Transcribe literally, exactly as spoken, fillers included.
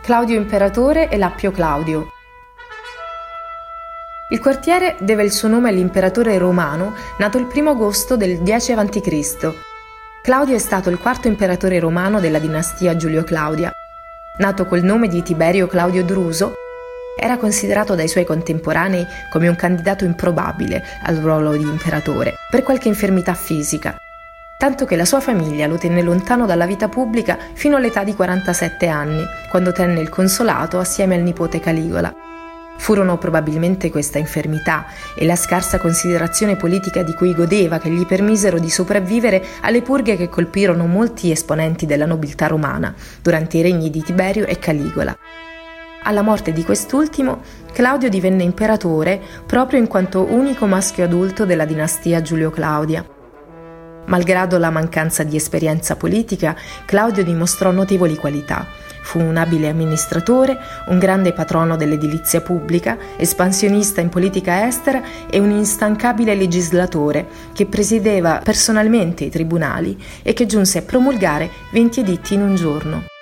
Claudio Imperatore e l'Appio Claudio. Il quartiere deve il suo nome all'imperatore romano nato il primo agosto del dieci avanti Cristo Claudio è stato il quarto imperatore romano della dinastia Giulio-Claudia. Nato col nome di Tiberio Claudio Druso, era considerato dai suoi contemporanei come un candidato improbabile al ruolo di imperatore, per qualche infermità fisica, tanto che la sua famiglia lo tenne lontano dalla vita pubblica fino all'età di quarantasette anni, quando tenne il consolato assieme al nipote Caligola. Furono probabilmente questa infermità e la scarsa considerazione politica di cui godeva che gli permisero di sopravvivere alle purghe che colpirono molti esponenti della nobiltà romana durante i regni di Tiberio e Caligola. Alla morte di quest'ultimo, Claudio divenne imperatore proprio in quanto unico maschio adulto della dinastia Giulio-Claudia. Malgrado la mancanza di esperienza politica, Claudio dimostrò notevoli qualità. Fu un abile amministratore, un grande patrono dell'edilizia pubblica, espansionista in politica estera e un instancabile legislatore che presiedeva personalmente i tribunali e che giunse a promulgare venti editti in un giorno.